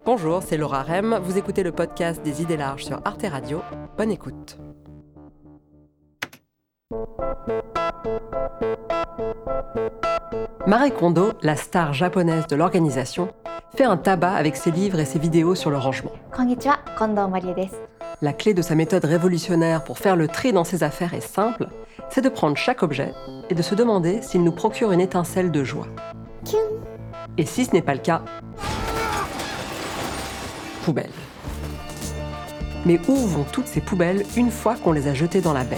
Bonjour, c'est Laura Rem. Vous écoutez le podcast des idées larges sur Arte Radio. Bonne écoute. Marie Kondo, la star japonaise de l'organisation, fait un tabac avec ses livres et ses vidéos sur le rangement. Konnichiwa, Kondo Marie desu. La clé de sa méthode révolutionnaire pour faire le tri dans ses affaires est simple, c'est de prendre chaque objet et de se demander s'il nous procure une étincelle de joie. Kyun. Et si ce n'est pas le cas, poubelle. Mais où vont toutes ces poubelles une fois qu'on les a jetées dans la benne ?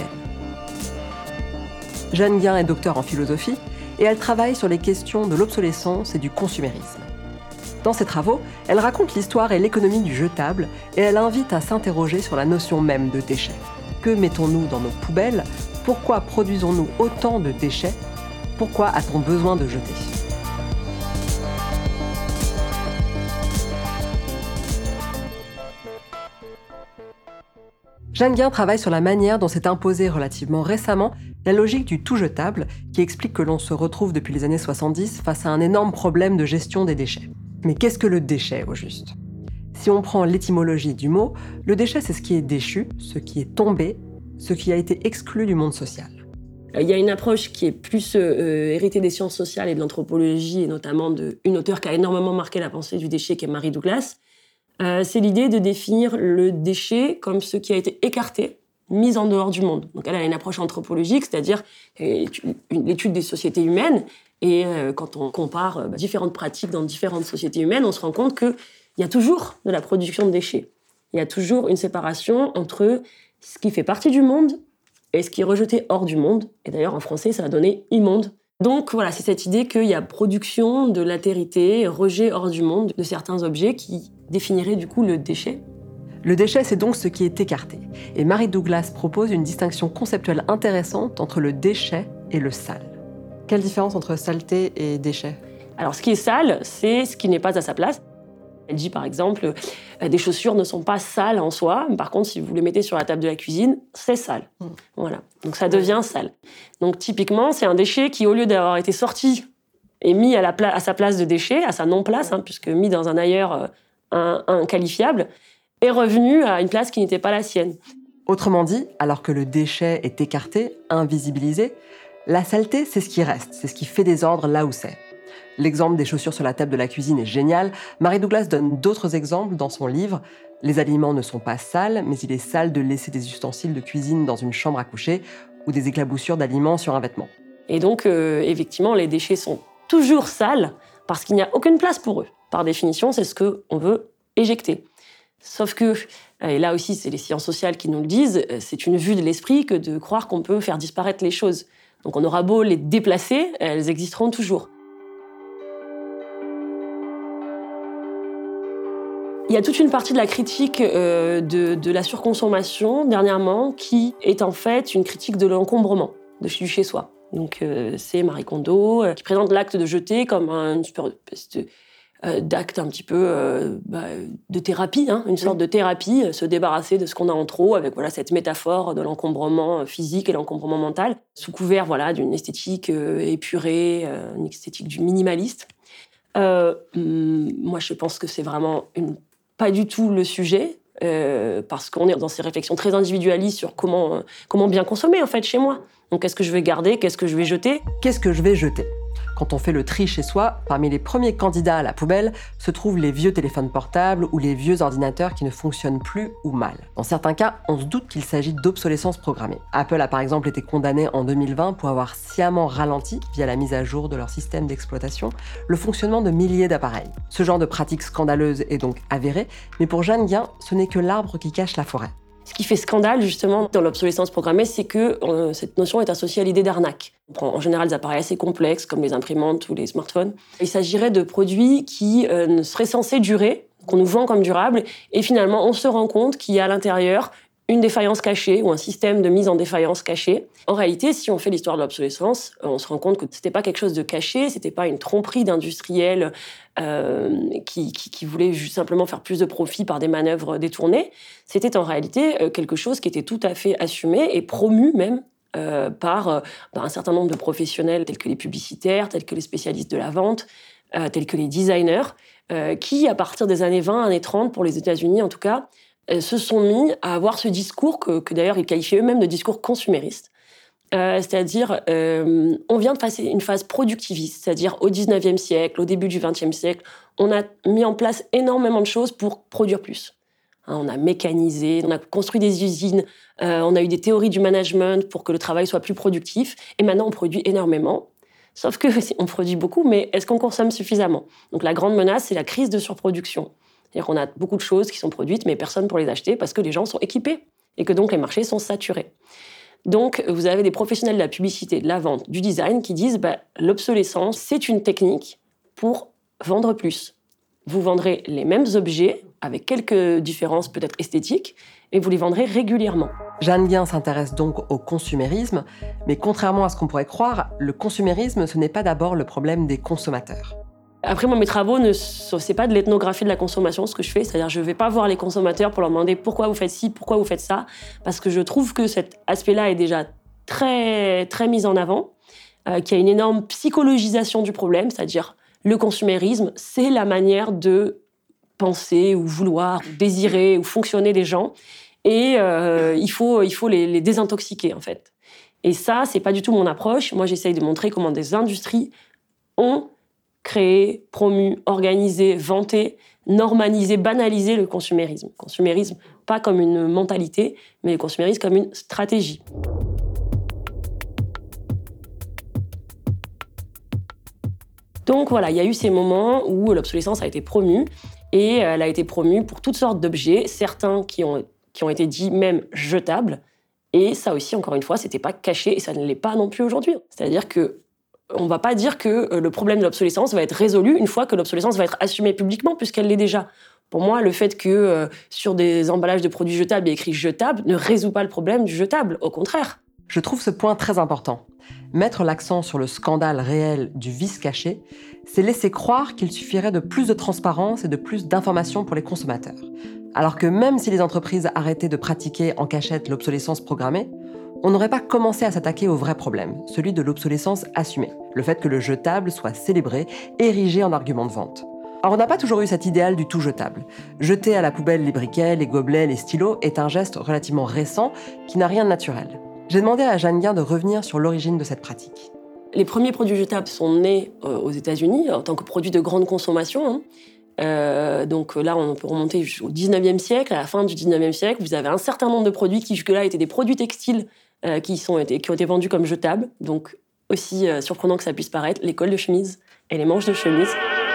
Jeanne Guin est docteure en philosophie et elle travaille sur les questions de l'obsolescence et du consumérisme. Dans ses travaux, elle raconte l'histoire et l'économie du jetable et elle invite à s'interroger sur la notion même de déchets. Que mettons-nous dans nos poubelles ? Pourquoi produisons-nous autant de déchets ? Pourquoi a-t-on besoin de jeter ? Jeanne Guin travaille sur la manière dont s'est imposée relativement récemment la logique du tout jetable, qui explique que l'on se retrouve depuis les années 70 face à un énorme problème de gestion des déchets. Mais qu'est-ce que le déchet, au juste ? Si on prend l'étymologie du mot, le déchet, c'est ce qui est déchu, ce qui est tombé, ce qui a été exclu du monde social. Il y a une approche qui est plus héritée des sciences sociales et de l'anthropologie, et notamment d'une auteure qui a énormément marqué la pensée du déchet, qui est Mary Douglas. C'est l'idée de définir le déchet comme ce qui a été écarté, mis en dehors du monde. Donc elle a une approche anthropologique, c'est-à-dire l'étude des sociétés humaines. Et quand on compare différentes pratiques dans différentes sociétés humaines, on se rend compte qu'il y a toujours de la production de déchets. Il y a toujours une séparation entre ce qui fait partie du monde et ce qui est rejeté hors du monde. Et d'ailleurs, en français, ça a donné immonde. Donc voilà, c'est cette idée qu'il y a production de l'altérité, rejet hors du monde de certains objets qui définirait du coup le déchet. Le déchet, c'est donc ce qui est écarté. Et Mary Douglas propose une distinction conceptuelle intéressante entre le déchet et le sale. Quelle différence entre saleté et déchet ? Alors ce qui est sale, c'est ce qui n'est pas à sa place. Elle dit par exemple, des chaussures ne sont pas sales en soi, par contre si vous les mettez sur la table de la cuisine, c'est sale. Voilà, donc ça devient sale. Donc typiquement, c'est un déchet qui, au lieu d'avoir été sorti et mis à sa place de déchet, à sa non-place, puisque mis dans un ailleurs inqualifiable, est revenu à une place qui n'était pas la sienne. Autrement dit, alors que le déchet est écarté, invisibilisé, la saleté, c'est ce qui reste, c'est ce qui fait désordre là où c'est. L'exemple des chaussures sur la table de la cuisine est génial. Mary Douglas donne d'autres exemples dans son livre. Les aliments ne sont pas sales, mais il est sale de laisser des ustensiles de cuisine dans une chambre à coucher ou des éclaboussures d'aliments sur un vêtement. Et donc, effectivement, les déchets sont toujours sales parce qu'il n'y a aucune place pour eux. Par définition, c'est ce qu'on veut éjecter. Sauf que, et là aussi c'est les sciences sociales qui nous le disent, c'est une vue de l'esprit que de croire qu'on peut faire disparaître les choses. Donc on aura beau les déplacer, elles existeront toujours. Il y a toute une partie de la critique de la surconsommation dernièrement qui est en fait une critique de l'encombrement du chez soi. Donc c'est Marie Kondo qui présente l'acte de jeter comme une espèce d'acte un petit peu de thérapie, une sorte de thérapie, se débarrasser de ce qu'on a en trop, avec cette métaphore de l'encombrement physique et l'encombrement mental, sous couvert d'une esthétique épurée, une esthétique du minimaliste. Moi, je pense que c'est vraiment pas du tout le sujet, parce qu'on est dans ces réflexions très individualistes sur comment bien consommer, en fait, chez moi. Donc, qu'est-ce que je vais garder ? Qu'est-ce que je vais jeter ? Qu'est-ce que je vais jeter ? Quand on fait le tri chez soi, parmi les premiers candidats à la poubelle se trouvent les vieux téléphones portables ou les vieux ordinateurs qui ne fonctionnent plus ou mal. Dans certains cas, on se doute qu'il s'agit d'obsolescence programmée. Apple a par exemple été condamné en 2020 pour avoir sciemment ralenti, via la mise à jour de leur système d'exploitation, le fonctionnement de milliers d'appareils. Ce genre de pratique scandaleuse est donc avérée, mais pour Jeanne Guin, ce n'est que l'arbre qui cache la forêt. Ce qui fait scandale, justement, dans l'obsolescence programmée, c'est que cette notion est associée à l'idée d'arnaque. On prend en général des appareils assez complexes, comme les imprimantes ou les smartphones. Il s'agirait de produits qui seraient censés durer, qu'on nous vend comme durables, et finalement, on se rend compte qu'il y a à l'intérieur une défaillance cachée ou un système de mise en défaillance cachée. En réalité, si on fait l'histoire de l'obsolescence, on se rend compte que c'était pas quelque chose de caché, c'était pas une tromperie d'industriels qui voulaient juste simplement faire plus de profit par des manœuvres détournées. C'était en réalité quelque chose qui était tout à fait assumé et promu même par un certain nombre de professionnels tels que les publicitaires, tels que les spécialistes de la vente, tels que les designers, qui, à partir des années 20, années 30, pour les États-Unis en tout cas, se sont mis à avoir ce discours que d'ailleurs ils qualifiaient eux-mêmes de discours consumériste. C'est-à-dire, on vient de passer une phase productiviste, c'est-à-dire au 19e siècle, au début du 20e siècle, on a mis en place énormément de choses pour produire plus. On a mécanisé, on a construit des usines, on a eu des théories du management pour que le travail soit plus productif, et maintenant on produit énormément. Sauf que on produit beaucoup, mais est-ce qu'on consomme suffisamment? Donc la grande menace, c'est la crise de surproduction. C'est-à-dire qu'on a beaucoup de choses qui sont produites, mais personne pour les acheter parce que les gens sont équipés, et que donc les marchés sont saturés. Donc, vous avez des professionnels de la publicité, de la vente, du design qui disent l'obsolescence, c'est une technique pour vendre plus. Vous vendrez les mêmes objets, avec quelques différences peut-être esthétiques, et vous les vendrez régulièrement. Jeanne Guin s'intéresse donc au consumérisme, mais contrairement à ce qu'on pourrait croire, le consumérisme, ce n'est pas d'abord le problème des consommateurs. Après, moi, mes travaux, c'est pas de l'ethnographie de la consommation, ce que je fais. C'est-à-dire, je vais pas voir les consommateurs pour leur demander pourquoi vous faites ci, pourquoi vous faites ça, parce que je trouve que cet aspect-là est déjà très, très mis en avant, qu'il y a une énorme psychologisation du problème, c'est-à-dire le consumérisme, c'est la manière de penser ou vouloir, ou désirer ou fonctionner des gens, et il faut les désintoxiquer, en fait. Et ça, c'est pas du tout mon approche. Moi, j'essaye de montrer comment des industries ont créé, promu, organisé, vanté, normalisé, banalisé le consumérisme. Consumérisme, pas comme une mentalité, mais le consumérisme comme une stratégie. Donc voilà, il y a eu ces moments où l'obsolescence a été promue, et elle a été promue pour toutes sortes d'objets, certains qui ont été dits même jetables, et ça aussi, encore une fois, c'était pas caché, et ça ne l'est pas non plus aujourd'hui. C'est-à-dire que on ne va pas dire que le problème de l'obsolescence va être résolu une fois que l'obsolescence va être assumée publiquement, puisqu'elle l'est déjà. Pour moi, le fait que sur des emballages de produits jetables, il y ait écrit « jetable » ne résout pas le problème du jetable, au contraire. Je trouve ce point très important. Mettre l'accent sur le scandale réel du vice caché, c'est laisser croire qu'il suffirait de plus de transparence et de plus d'informations pour les consommateurs. Alors que même si les entreprises arrêtaient de pratiquer en cachette l'obsolescence programmée, on n'aurait pas commencé à s'attaquer au vrai problème, celui de l'obsolescence assumée, le fait que le jetable soit célébré, érigé en argument de vente. Alors on n'a pas toujours eu cet idéal du tout jetable. Jeter à la poubelle les briquets, les gobelets, les stylos est un geste relativement récent qui n'a rien de naturel. J'ai demandé à Jeanne Guin de revenir sur l'origine de cette pratique. Les premiers produits jetables sont nés aux États-Unis en tant que produits de grande consommation. Donc là, on peut remonter au 19e siècle. À la fin du 19e siècle, vous avez un certain nombre de produits qui jusque-là étaient des produits textiles qui ont été vendus comme jetables. Donc aussi surprenant que ça puisse paraître, les cols de chemise et les manches de chemise.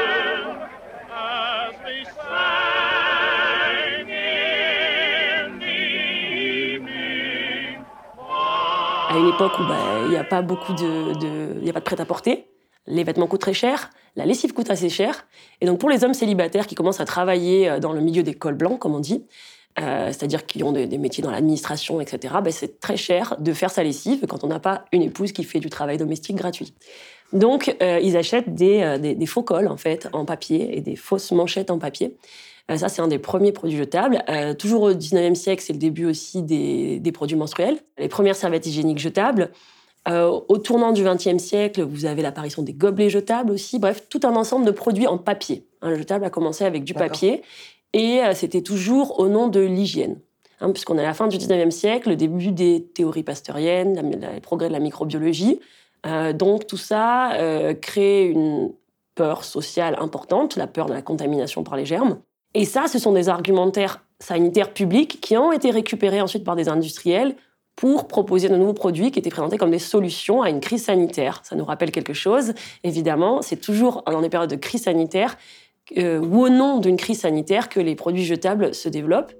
À une époque où il n'y a pas beaucoup il y a pas de prêt-à-porter, les vêtements coûtent très cher, la lessive coûte assez cher, et donc pour les hommes célibataires qui commencent à travailler dans le milieu des cols blancs, comme on dit, c'est-à-dire qui ont des métiers dans l'administration, etc., c'est très cher de faire sa lessive quand on n'a pas une épouse qui fait du travail domestique gratuit. Donc ils achètent des faux cols en fait en papier et des fausses manchettes en papier. Ça, c'est un des premiers produits jetables. Toujours au 19e siècle, c'est le début aussi des produits menstruels. Les premières serviettes hygiéniques jetables. Au tournant du 20e siècle, vous avez l'apparition des gobelets jetables aussi. Bref, tout un ensemble de produits en papier. Le jetable a commencé avec du papier et c'était toujours au nom de l'hygiène. Puisqu'on est à la fin du 19e siècle, le début des théories pasteuriennes, les progrès de la microbiologie. Donc tout ça crée une peur sociale importante, la peur de la contamination par les germes. Et ça, ce sont des argumentaires sanitaires publics qui ont été récupérés ensuite par des industriels pour proposer de nouveaux produits qui étaient présentés comme des solutions à une crise sanitaire. Ça nous rappelle quelque chose, évidemment, c'est toujours dans des périodes de crise sanitaire ou au nom d'une crise sanitaire que les produits jetables se développent.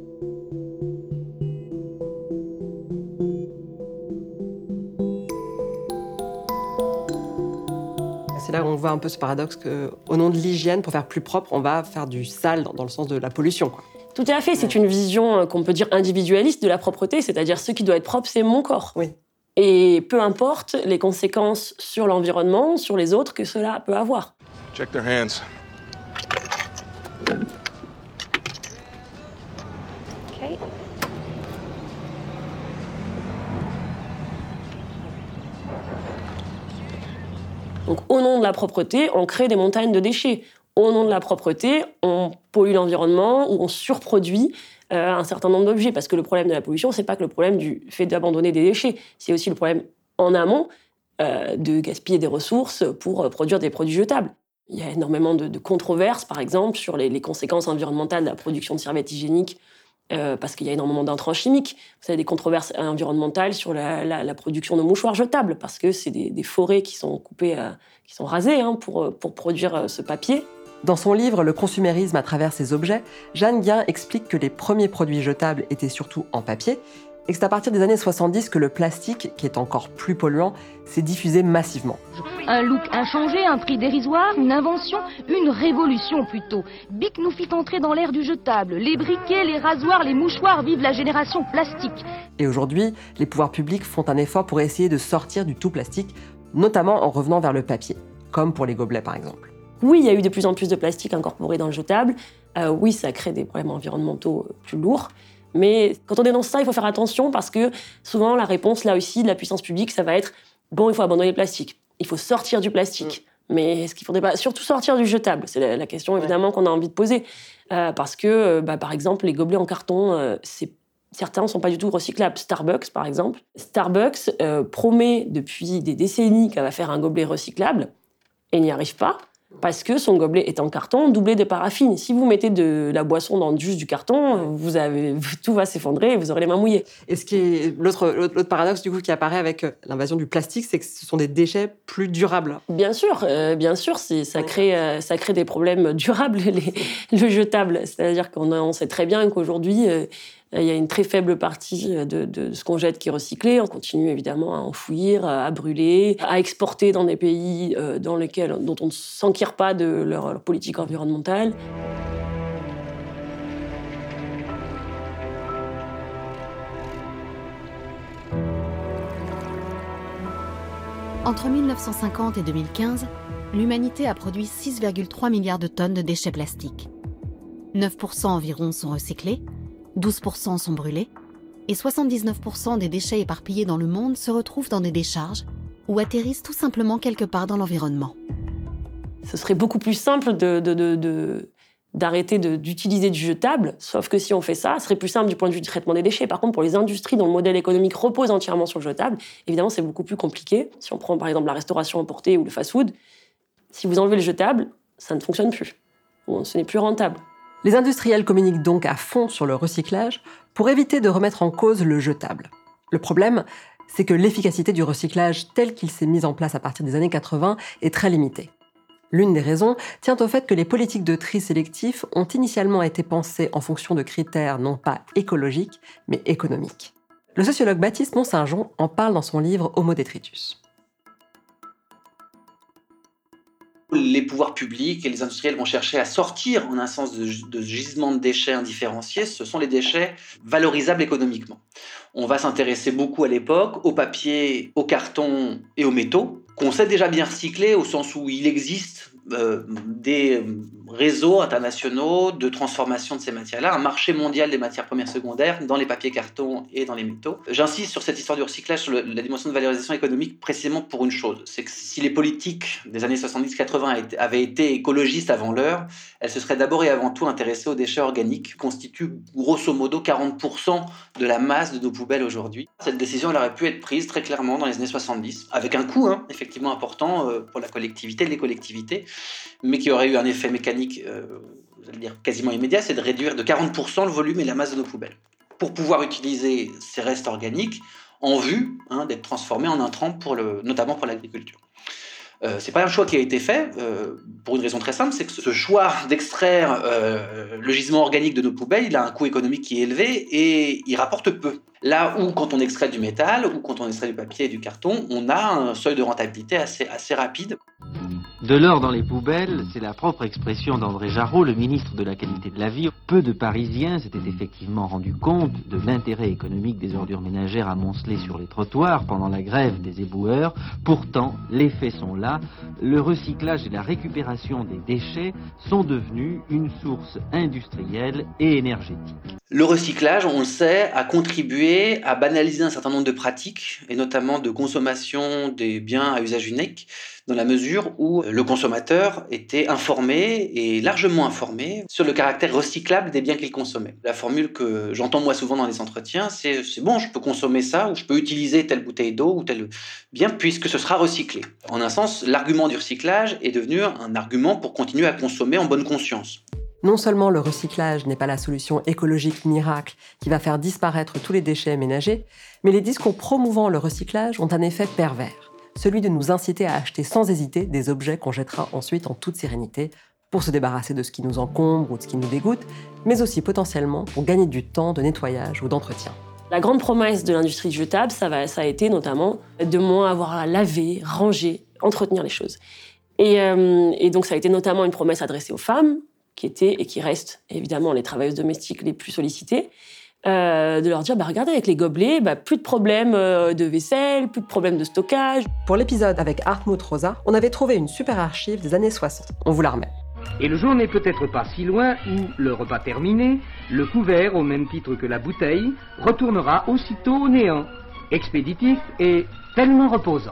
C'est là où on voit un peu ce paradoxe qu'au nom de l'hygiène, pour faire plus propre, on va faire du sale dans le sens de la pollution, quoi. Tout à fait, c'est une vision qu'on peut dire individualiste de la propreté, c'est-à-dire ce qui doit être propre, c'est mon corps. Oui. Et peu importe les conséquences sur l'environnement, sur les autres que cela peut avoir. Check their hands. Okay. Donc, au nom de la propreté, on crée des montagnes de déchets. au nom de la propreté, on pollue l'environnement ou on surproduit un certain nombre d'objets. Parce que le problème de la pollution, c'est pas que le problème du fait d'abandonner des déchets, c'est aussi le problème en amont de gaspiller des ressources pour produire des produits jetables. Il y a énormément de controverses, par exemple, sur les conséquences environnementales de la production de serviettes hygiéniques, parce qu'il y a énormément d'intrants chimiques. Vous avez des controverses environnementales sur la production de mouchoirs jetables, parce que c'est des forêts qui sont coupées, qui sont rasées pour produire ce papier. Dans son livre « Le consumérisme à travers ses objets », Jeanne Guin explique que les premiers produits jetables étaient surtout en papier et que c'est à partir des années 70 que le plastique, qui est encore plus polluant, s'est diffusé massivement. Un look inchangé, un prix dérisoire, une invention, une révolution plutôt. Bic nous fit entrer dans l'ère du jetable. Les briquets, les rasoirs, les mouchoirs, vive la génération plastique. Et aujourd'hui, les pouvoirs publics font un effort pour essayer de sortir du tout plastique, notamment en revenant vers le papier, comme pour les gobelets par exemple. Oui, il y a eu de plus en plus de plastique incorporé dans le jetable. Oui, ça crée des problèmes environnementaux plus lourds. Mais quand on dénonce ça, il faut faire attention parce que souvent, la réponse, là aussi, de la puissance publique, ça va être « bon, il faut abandonner le plastique, il faut sortir du plastique ». Mais est-ce qu'il ne faudrait pas surtout sortir du jetable? C'est la question, évidemment, qu'on a envie de poser. Parce que, par exemple, les gobelets en carton, certains ne sont pas du tout recyclables. Starbucks, par exemple. Starbucks promet depuis des décennies qu'elle va faire un gobelet recyclable et n'y arrive pas. Parce que son gobelet est en carton, doublé de paraffine. Si vous mettez de la boisson dans juste du carton, tout va s'effondrer et vous aurez les mains mouillées. Et ce qui est l'autre paradoxe du coup qui apparaît avec l'invasion du plastique, c'est que ce sont des déchets plus durables. Bien sûr, ça crée des problèmes durables, le jetable. C'est-à-dire qu'on sait très bien qu'aujourd'hui, il y a une très faible partie de ce qu'on jette qui est recyclé. On continue évidemment à enfouir, à brûler, à exporter dans des pays dont on ne s'enquiert pas de leur politique environnementale. Entre 1950 et 2015, l'humanité a produit 6,3 milliards de tonnes de déchets plastiques. 9% environ sont recyclés, 12% sont brûlés, et 79% des déchets éparpillés dans le monde se retrouvent dans des décharges ou atterrissent tout simplement quelque part dans l'environnement. Ce serait beaucoup plus simple d'arrêter d'utiliser du jetable, sauf que si on fait ça, ce serait plus simple du point de vue du traitement des déchets. Par contre, pour les industries dont le modèle économique repose entièrement sur le jetable, évidemment, c'est beaucoup plus compliqué. Si on prend par exemple la restauration emportée ou le fast-food, si vous enlevez le jetable, ça ne fonctionne plus. Ce n'est plus rentable. Les industriels communiquent donc à fond sur le recyclage pour éviter de remettre en cause le jetable. Le problème, c'est que l'efficacité du recyclage tel qu'il s'est mis en place à partir des années 80 est très limitée. L'une des raisons tient au fait que les politiques de tri sélectif ont initialement été pensées en fonction de critères non pas écologiques, mais économiques. Le sociologue Baptiste Monsaint-Jean en parle dans son livre Homo detritus. Les pouvoirs publics et les industriels vont chercher à sortir, en un sens, de gisements de déchets indifférenciés. Ce sont les déchets valorisables économiquement. On va s'intéresser beaucoup à l'époque au papier, au carton et aux métaux, qu'on sait déjà bien recycler au sens où il existe des réseaux internationaux de transformation de ces matières-là, un marché mondial des matières premières secondaires dans les papiers cartons et dans les métaux. J'insiste sur cette histoire du recyclage, sur la dimension de valorisation économique, précisément pour une chose, c'est que si les politiques des années 70-80 avaient été écologistes avant l'heure, elles se seraient d'abord et avant tout intéressées aux déchets organiques, qui constituent grosso modo 40% de la masse de nos poubelles aujourd'hui. Cette décision, elle aurait pu être prise très clairement dans les années 70, avec un coût effectivement important pour la collectivité, les collectivités, mais qui aurait eu un effet mécanique, quasiment immédiat, c'est de réduire de 40% le volume et la masse de nos poubelles, pour pouvoir utiliser ces restes organiques en vue d'être transformés en intrants, notamment pour l'agriculture. C'est pas un choix qui a été fait, pour une raison très simple, c'est que ce choix d'extraire le gisement organique de nos poubelles, il a un coût économique qui est élevé et il rapporte peu. Là où, quand on extrait du métal ou quand on extrait du papier et du carton, on a un seuil de rentabilité assez rapide. De l'or dans les poubelles, c'est la propre expression d'André Jarreau, le ministre de la Qualité de la Vie. Peu de Parisiens s'étaient effectivement rendus compte de l'intérêt économique des ordures ménagères amoncelées sur les trottoirs pendant la grève des éboueurs. Pourtant, les faits sont là. Le recyclage et la récupération des déchets sont devenus une source industrielle et énergétique. Le recyclage, on le sait, a contribué à banaliser un certain nombre de pratiques, et notamment de consommation des biens à usage unique, dans la mesure où le consommateur était informé, et largement informé, sur le caractère recyclable des biens qu'il consommait. La formule que j'entends moi souvent dans les entretiens, c'est bon, je peux consommer ça, ou je peux utiliser telle bouteille d'eau, ou tel bien, puisque ce sera recyclé. En un sens, l'argument du recyclage est devenu un argument pour continuer à consommer en bonne conscience. Non seulement le recyclage n'est pas la solution écologique miracle qui va faire disparaître tous les déchets ménagers, mais les discours promouvant le recyclage ont un effet pervers, celui de nous inciter à acheter sans hésiter des objets qu'on jettera ensuite en toute sérénité pour se débarrasser de ce qui nous encombre ou de ce qui nous dégoûte, mais aussi potentiellement pour gagner du temps de nettoyage ou d'entretien. La grande promesse de l'industrie du jetable, ça a été notamment de moins avoir à laver, ranger, entretenir les choses. Et donc ça a été notamment une promesse adressée aux femmes, qui étaient et qui restent évidemment les travailleuses domestiques les plus sollicitées, de leur dire regardez, avec les gobelets, plus de problèmes de vaisselle, plus de problèmes de stockage. Pour l'épisode avec Hartmut Rosa, on avait trouvé une super archive des années 60. On vous la remet. Et le jour n'est peut-être pas si loin où, le repas terminé, le couvert, au même titre que la bouteille, retournera aussitôt au néant, expéditif et tellement reposant.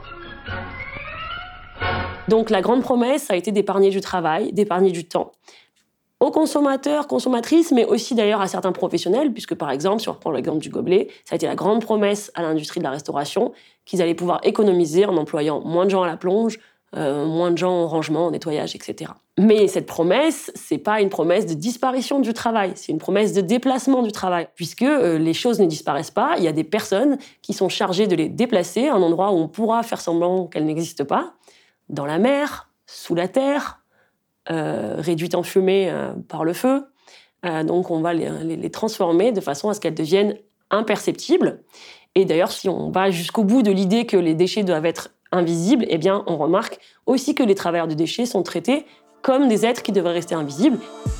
Donc la grande promesse, ça a été d'épargner du travail, d'épargner du temps, aux consommateurs, consommatrices, mais aussi d'ailleurs à certains professionnels, puisque par exemple, si on reprend l'exemple du gobelet, ça a été la grande promesse à l'industrie de la restauration qu'ils allaient pouvoir économiser en employant moins de gens à la plonge, moins de gens au rangement, au nettoyage, etc. Mais cette promesse, c'est pas une promesse de disparition du travail, c'est une promesse de déplacement du travail, puisque les choses ne disparaissent pas, il y a des personnes qui sont chargées de les déplacer à un endroit où on pourra faire semblant qu'elles n'existent pas, dans la mer, sous la terre, réduites en fumée par le feu. Donc on va les transformer de façon à ce qu'elles deviennent imperceptibles. Et d'ailleurs, si on va jusqu'au bout de l'idée que les déchets doivent être invisibles, eh bien, on remarque aussi que les travailleurs de déchets sont traités comme des êtres qui devraient rester invisibles.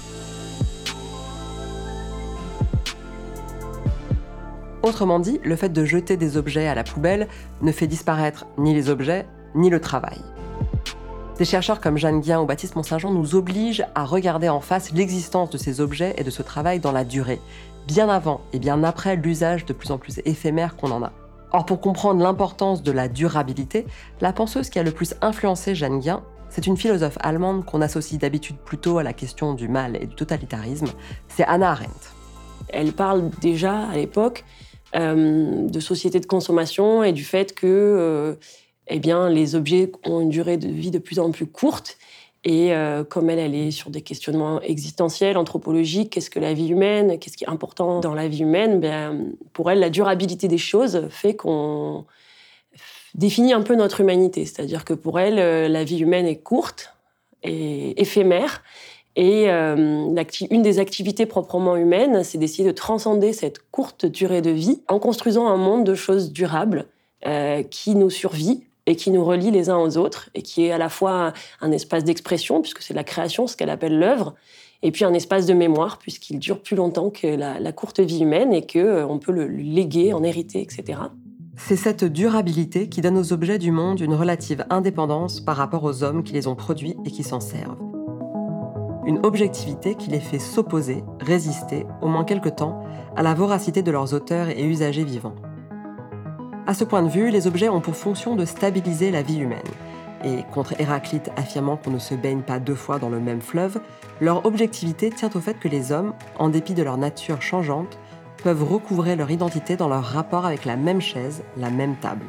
Autrement dit, le fait de jeter des objets à la poubelle ne fait disparaître ni les objets, ni le travail. Des chercheurs comme Jeanne Guien ou Baptiste Mont-Saint-Jean nous obligent à regarder en face l'existence de ces objets et de ce travail dans la durée, bien avant et bien après l'usage de plus en plus éphémère qu'on en a. Or, pour comprendre l'importance de la durabilité, la penseuse qui a le plus influencé Jeanne Guien, c'est une philosophe allemande qu'on associe d'habitude plutôt à la question du mal et du totalitarisme, c'est Hannah Arendt. Elle parle déjà à l'époque de société de consommation et du fait que les objets ont une durée de vie de plus en plus courte. Et comme elle est sur des questionnements existentiels, anthropologiques, qu'est-ce que la vie humaine, qu'est-ce qui est important dans la vie humaine, pour elle, la durabilité des choses fait qu'on définit un peu notre humanité. C'est-à-dire que pour elle, la vie humaine est courte et éphémère. Et une des activités proprement humaines, c'est d'essayer de transcender cette courte durée de vie en construisant un monde de choses durables qui nous survit et qui nous relie les uns aux autres, et qui est à la fois un espace d'expression, puisque c'est la création, ce qu'elle appelle l'œuvre, et puis un espace de mémoire, puisqu'il dure plus longtemps que la courte vie humaine, et qu'on peut le léguer, en hériter, etc. C'est cette durabilité qui donne aux objets du monde une relative indépendance par rapport aux hommes qui les ont produits et qui s'en servent. Une objectivité qui les fait s'opposer, résister, au moins quelque temps, à la voracité de leurs auteurs et usagers vivants. À ce point de vue, les objets ont pour fonction de stabiliser la vie humaine. Et contre Héraclite affirmant qu'on ne se baigne pas 2 fois dans le même fleuve, leur objectivité tient au fait que les hommes, en dépit de leur nature changeante, peuvent recouvrer leur identité dans leur rapport avec la même chaise, la même table.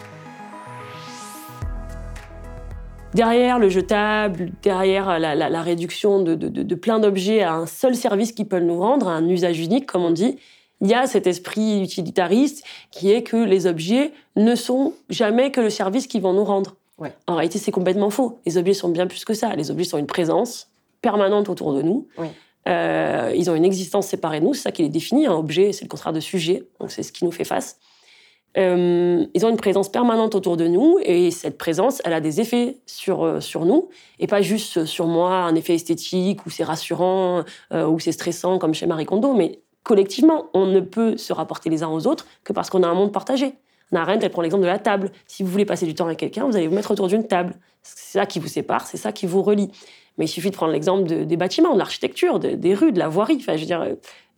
Derrière le jetable, derrière la réduction de plein d'objets à un seul service qu'ils peuvent nous rendre, à un usage unique, comme on dit, il y a cet esprit utilitariste qui est que les objets ne sont jamais que le service qu'ils vont nous rendre. Ouais. En réalité, c'est complètement faux. Les objets sont bien plus que ça. Les objets sont une présence permanente autour de nous. Oui. Ils ont une existence séparée de nous. C'est ça qui les définit. Un objet, c'est le contraire de sujet. Donc, c'est ce qui nous fait face. Ils ont une présence permanente autour de nous. Et cette présence, elle a des effets sur nous. Et pas juste sur moi, un effet esthétique, ou c'est rassurant, ou c'est stressant, comme chez Marie Kondo, mais collectivement, on ne peut se rapporter les uns aux autres que parce qu'on a un monde partagé. Hannah Arendt, elle prend l'exemple de la table. Si vous voulez passer du temps avec quelqu'un, vous allez vous mettre autour d'une table. C'est ça qui vous sépare, c'est ça qui vous relie. Mais il suffit de prendre l'exemple des bâtiments, de l'architecture, des rues, de la voirie. Enfin, je veux dire,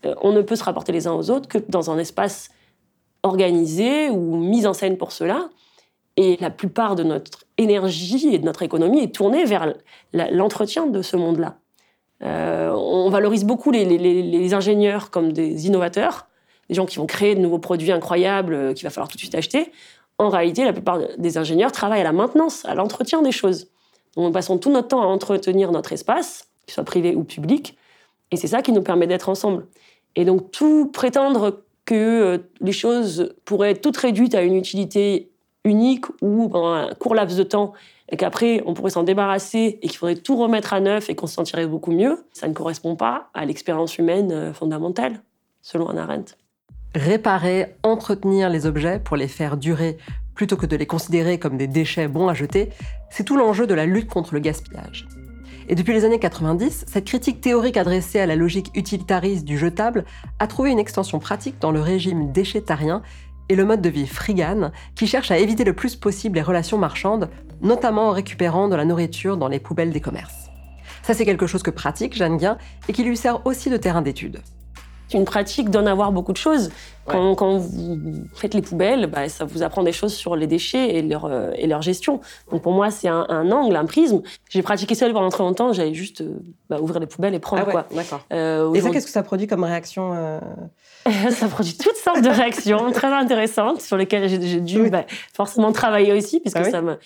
on ne peut se rapporter les uns aux autres que dans un espace organisé ou mis en scène pour cela. Et la plupart de notre énergie et de notre économie est tournée vers l'entretien de ce monde-là. On valorise beaucoup les ingénieurs comme des innovateurs, des gens qui vont créer de nouveaux produits incroyables qu'il va falloir tout de suite acheter. En réalité, la plupart des ingénieurs travaillent à la maintenance, à l'entretien des choses. Donc, nous passons tout notre temps à entretenir notre espace, qu'il soit privé ou public, et c'est ça qui nous permet d'être ensemble. Et donc, tout prétendre que les choses pourraient être toutes réduites à une utilité unique ou pendant un court laps de temps et qu'après on pourrait s'en débarrasser et qu'il faudrait tout remettre à neuf et qu'on se sentirait beaucoup mieux, ça ne correspond pas à l'expérience humaine fondamentale, selon Hannah Arendt. Réparer, entretenir les objets pour les faire durer plutôt que de les considérer comme des déchets bons à jeter, c'est tout l'enjeu de la lutte contre le gaspillage. Et depuis les années 90, cette critique théorique adressée à la logique utilitariste du jetable a trouvé une extension pratique dans le régime déchétarien et le mode de vie frugale qui cherche à éviter le plus possible les relations marchandes, notamment en récupérant de la nourriture dans les poubelles des commerces. Ça, c'est quelque chose que pratique Jeanne Guin et qui lui sert aussi de terrain d'étude. Une pratique donne à voir beaucoup de choses. Quand vous faites les poubelles, ça vous apprend des choses sur les déchets et leur gestion. Donc pour moi, c'est un angle, un prisme. J'ai pratiqué ça pendant très longtemps, j'allais juste ouvrir les poubelles et prendre. D'accord. Et ça, qu'est-ce que ça produit comme réaction Ça produit toutes sortes de réactions très intéressantes sur lesquelles j'ai dû forcément travailler aussi, puisque ça me...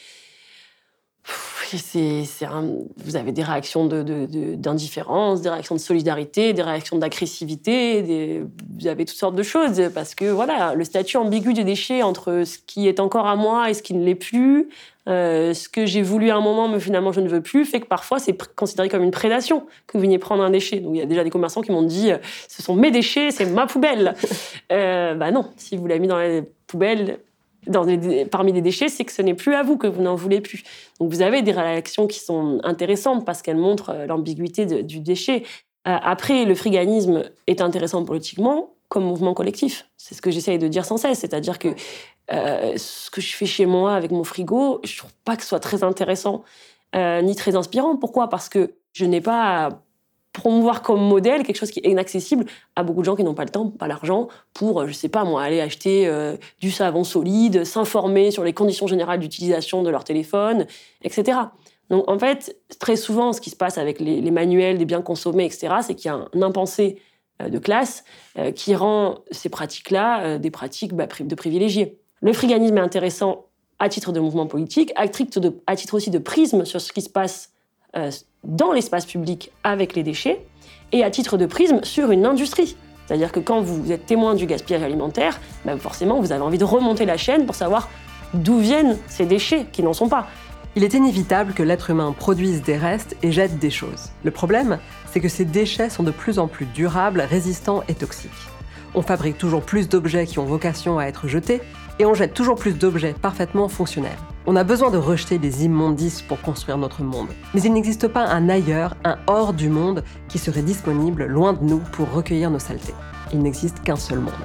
Vous avez des réactions d'indifférence, des réactions de solidarité, des réactions d'agressivité, vous avez toutes sortes de choses, parce que voilà, le statut ambigu des déchets entre ce qui est encore à moi et ce qui ne l'est plus, ce que j'ai voulu à un moment mais finalement je ne veux plus, fait que parfois c'est considéré comme une prédation que vous veniez prendre un déchet. Donc il y a déjà des commerçants qui m'ont dit « ce sont mes déchets, c'est ma poubelle ». Non, si vous l'avez mis dans la poubelle... parmi les déchets, c'est que ce n'est plus à vous, que vous n'en voulez plus. Donc vous avez des réactions qui sont intéressantes parce qu'elles montrent l'ambiguïté du déchet. Après, le friganisme est intéressant politiquement comme mouvement collectif. C'est ce que j'essaye de dire sans cesse. C'est-à-dire que ce que je fais chez moi avec mon frigo, je ne trouve pas que ce soit très intéressant ni très inspirant. Pourquoi ? Parce que je n'ai pas à promouvoir comme modèle quelque chose qui est inaccessible à beaucoup de gens qui n'ont pas le temps, pas l'argent, pour, je sais pas moi, aller acheter du savon solide, s'informer sur les conditions générales d'utilisation de leur téléphone, etc. Donc en fait, très souvent, ce qui se passe avec les manuels des biens consommés, etc., c'est qu'il y a un impensé de classe qui rend ces pratiques-là des pratiques de privilégiés. Le friganisme est intéressant à titre de mouvement politique, à titre aussi de prisme sur ce qui se passe dans l'espace public avec les déchets, et à titre de prisme sur une industrie. C'est-à-dire que quand vous êtes témoin du gaspillage alimentaire, forcément vous avez envie de remonter la chaîne pour savoir d'où viennent ces déchets qui n'en sont pas. Il est inévitable que l'être humain produise des restes et jette des choses. Le problème, c'est que ces déchets sont de plus en plus durables, résistants et toxiques. On fabrique toujours plus d'objets qui ont vocation à être jetés, et on jette toujours plus d'objets parfaitement fonctionnels. On a besoin de rejeter les immondices pour construire notre monde. Mais il n'existe pas un ailleurs, un hors du monde, qui serait disponible loin de nous pour recueillir nos saletés. Il n'existe qu'un seul monde.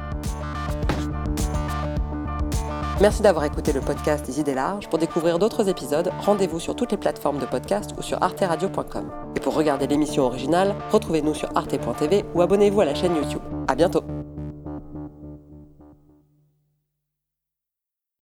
Merci d'avoir écouté le podcast des Idées Larges. Pour découvrir d'autres épisodes, rendez-vous sur toutes les plateformes de podcast ou sur arteradio.com. Et pour regarder l'émission originale, retrouvez-nous sur arte.tv ou abonnez-vous à la chaîne YouTube. À bientôt.